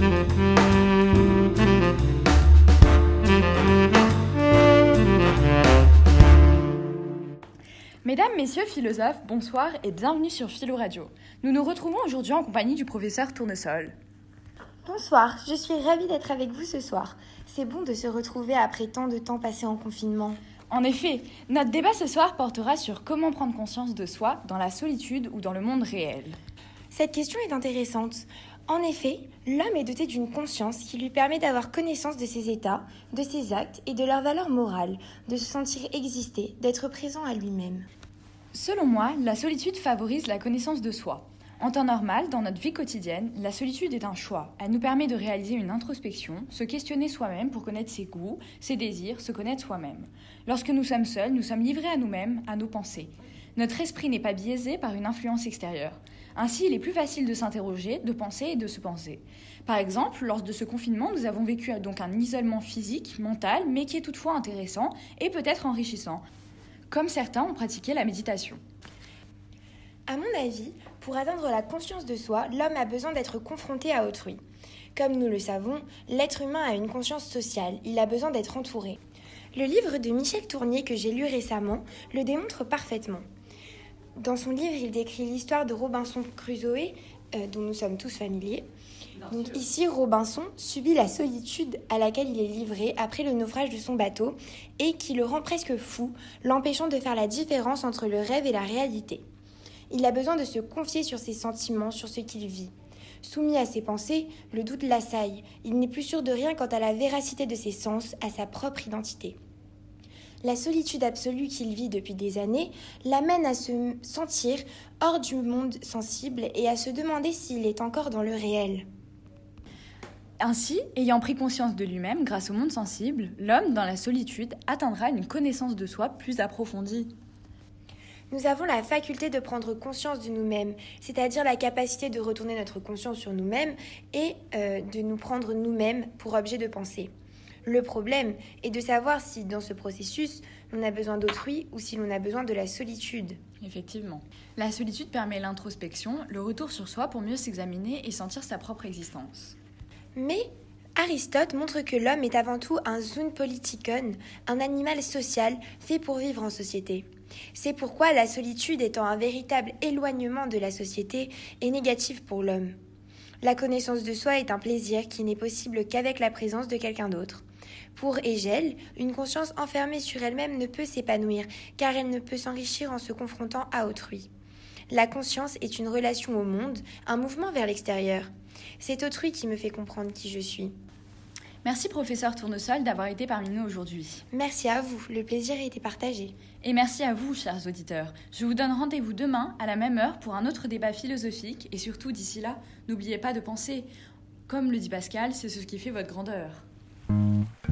Mesdames, messieurs, philosophes, bonsoir et bienvenue sur Philo Radio. Nous nous retrouvons aujourd'hui en compagnie du professeur Tournesol. Bonsoir, je suis ravie d'être avec vous ce soir. C'est bon de se retrouver après tant de temps passé en confinement. En effet, notre débat ce soir portera sur comment prendre conscience de soi dans la solitude ou dans le monde réel. Cette question est intéressante. En effet, l'homme est doté d'une conscience qui lui permet d'avoir connaissance de ses états, de ses actes et de leur valeur morale, de se sentir exister, d'être présent à lui-même. Selon moi, la solitude favorise la connaissance de soi. En temps normal, dans notre vie quotidienne, la solitude est un choix. Elle nous permet de réaliser une introspection, se questionner soi-même pour connaître ses goûts, ses désirs, se connaître soi-même. Lorsque nous sommes seuls, nous sommes livrés à nous-mêmes, à nos pensées. Notre esprit n'est pas biaisé par une influence extérieure. Ainsi, il est plus facile de s'interroger, de penser et de se penser. Par exemple, lors de ce confinement, nous avons vécu donc un isolement physique, mental, mais qui est toutefois intéressant et peut-être enrichissant, comme certains ont pratiqué la méditation. À mon avis, pour atteindre la conscience de soi, l'homme a besoin d'être confronté à autrui. Comme nous le savons, l'être humain a une conscience sociale, il a besoin d'être entouré. Le livre de Michel Tournier que j'ai lu récemment le démontre parfaitement. Dans son livre, il décrit l'histoire de Robinson Crusoe, dont nous sommes tous familiers. Donc ici, Robinson subit la solitude à laquelle il est livré après le naufrage de son bateau et qui le rend presque fou, l'empêchant de faire la différence entre le rêve et la réalité. Il a besoin de se confier sur ses sentiments, sur ce qu'il vit. Soumis à ses pensées, le doute l'assaille. Il n'est plus sûr de rien quant à la véracité de ses sens, à sa propre identité. La solitude absolue qu'il vit depuis des années l'amène à se sentir hors du monde sensible et à se demander s'il est encore dans le réel. Ainsi, ayant pris conscience de lui-même grâce au monde sensible, l'homme, dans la solitude, atteindra une connaissance de soi plus approfondie. Nous avons la faculté de prendre conscience de nous-mêmes, c'est-à-dire la capacité de retourner notre conscience sur nous-mêmes et de nous prendre nous-mêmes pour objet de pensée. Le problème est de savoir si, dans ce processus, l'on a besoin d'autrui ou si l'on a besoin de la solitude. Effectivement. La solitude permet l'introspection, le retour sur soi pour mieux s'examiner et sentir sa propre existence. Mais Aristote montre que l'homme est avant tout un zoon politikon, un animal social fait pour vivre en société. C'est pourquoi la solitude étant un véritable éloignement de la société est négative pour l'homme. La connaissance de soi est un plaisir qui n'est possible qu'avec la présence de quelqu'un d'autre. Pour Hegel, une conscience enfermée sur elle-même ne peut s'épanouir, car elle ne peut s'enrichir en se confrontant à autrui. La conscience est une relation au monde, un mouvement vers l'extérieur. C'est autrui qui me fait comprendre qui je suis. Merci professeur Tournesol d'avoir été parmi nous aujourd'hui. Merci à vous, le plaisir a été partagé. Et merci à vous, chers auditeurs. Je vous donne rendez-vous demain à la même heure pour un autre débat philosophique. Et surtout, d'ici là, n'oubliez pas de penser. Comme le dit Pascal, c'est ce qui fait votre grandeur.